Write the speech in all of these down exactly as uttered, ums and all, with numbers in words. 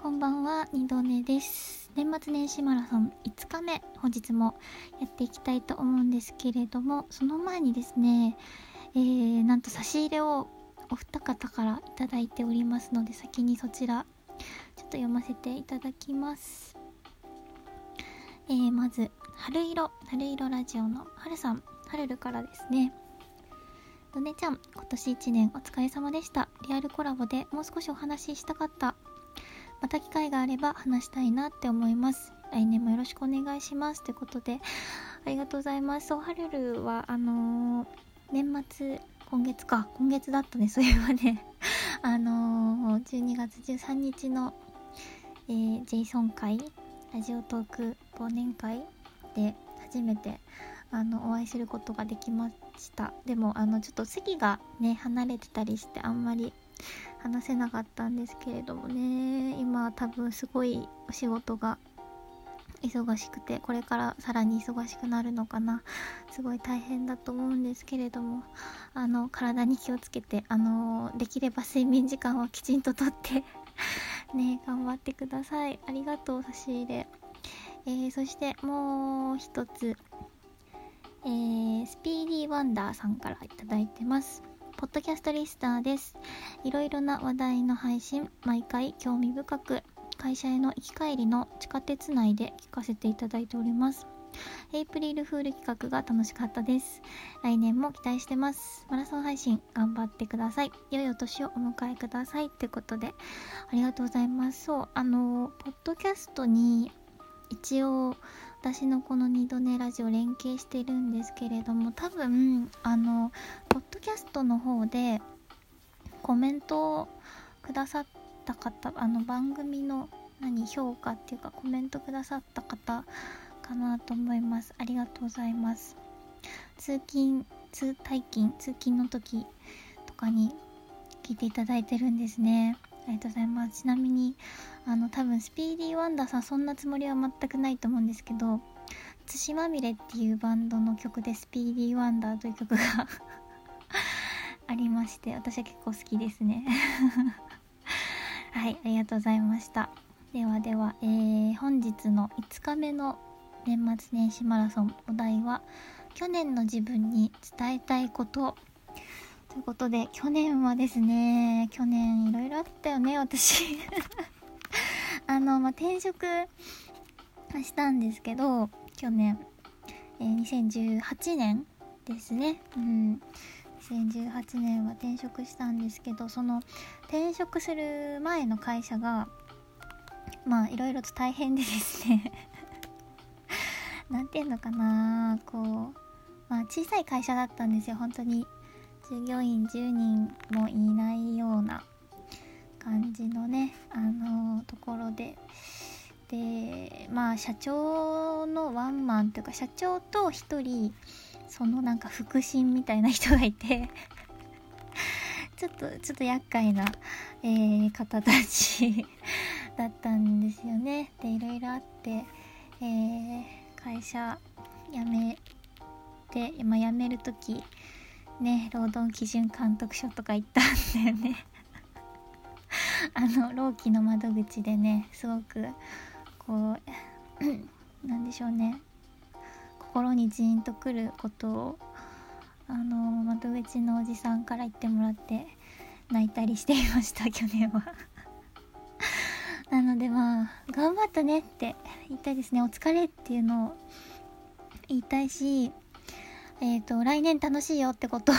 こんばんは、二度寝です。年末年始マラソンいつかめ、本日もやっていきたいと思うんですけれども、その前にですね、えー、なんと差し入れをお二方からいただいておりますので、先にそちらちょっと読ませていただきます。えー、まず春色春色ラジオの春さん、はるるからですね。どねちゃん、今年いちねんお疲れ様でした。リアルコラボでもう少しお話ししたかった。また機会があれば話したいなって思います。来年もよろしくお願いしますということで、ありがとうございます。そう、はるるはあのー、年末今月か今月だったね。そういえばねあのー、じゅうにがつじゅうさんにちの、えー、ジェイソン会ラジオトーク忘年会で初めてあのお会いすることができました。でもあのちょっと席がね離れてたりしてあんまり話せなかったんですけれどもね、今多分すごいお仕事が忙しくて、これからさらに忙しくなるのかな。すごい大変だと思うんですけれども、あの体に気をつけて、あのできれば睡眠時間はきちんととってね、頑張ってください。ありがとう、差し入れ。えー、そしてもう一つ、えー、スピーディーワンダーさんからいただいてます。ポッドキャストリスターです。いろいろな話題の配信、毎回興味深く、会社への行き帰りの地下鉄内で聞かせていただいております。エイプリルフール企画が楽しかったです。来年も期待してます。マラソン配信頑張ってください。良いお年をお迎えくださいということで、ありがとうございます。そう、あのポッドキャストに一応私のこの二度寝ラジオ連携してるんですけれども、多分あのポッドキャストの方でコメントをくださった方、あの番組の何評価っていうかコメントくださった方かなと思います。ありがとうございます。通勤通退勤通勤の時とかに聞いていただいてるんですね。ありがとうございます。ちなみにあの多分スピーディーワンダーさんそんなつもりは全くないと思うんですけど、土まみれっていうバンドの曲でスピーディーワンダーという曲がありまして、私は結構好きですねはい、ありがとうございました。ではでは、えー、本日のいつかめの年末年始マラソン、お題は去年の自分に伝えたいことということで、去年はですね、去年いろいろあったよね、私あの、まあ、転職したんですけど、去年、えー、にせんじゅうはちねんですね。うん。にせんじゅうはちねんは転職したんですけど、その転職する前の会社が、まあいろいろと大変でですねなんていうのかな、こう、まあ小さい会社だったんですよ。本当に従業員じゅうにんもいないような感じのね、あのー、ところで、で、まあ社長のワンマンというか、社長と一人そのなんか腹心みたいな人がいてちょっとちょっと厄介な、えー、方たちだったんですよね。で、いろいろあって、えー、会社辞めて、まあ、辞めるときね、労働基準監督署とか行ったんだよねあの労基の窓口でね、すごくこうなんでしょうね、心にジーンとくることをあの窓口のおじさんから言ってもらって泣いたりしていました去年はなので、まあ頑張ったねって言いたいですね。お疲れっていうのを言いたいし、えっと来年楽しいよってことを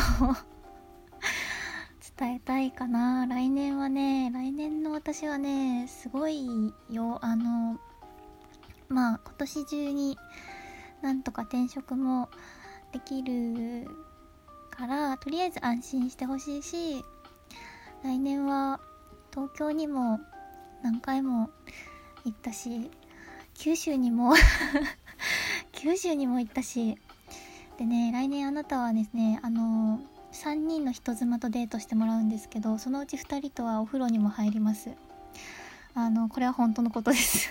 伝えたいかな。来年はね、来年の私はね、すごいよ。あのまあ今年中になんとか転職もできるから、とりあえず安心してほしいし、来年は東京にも何回も行ったし、九州にも九州にも行ったし、でね、来年あなたはですね、あのさんにんの人妻とデートしてもらうんですけど、そのうちふたりとはお風呂にも入ります。あのこれは本当のことです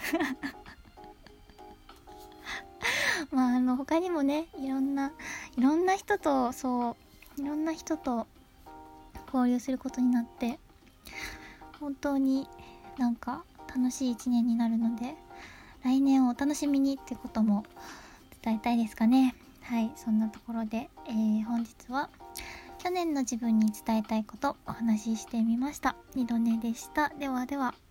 まああの他にもね、いろんないろんな人とそういろんな人と交流することになって、本当になんか楽しい一年になるので、来年をお楽しみにってことも伝えたいですかね。はい、そんなところで、えー、本日は去年の自分に伝えたいことお話ししてみました。二度寝でした。ではでは。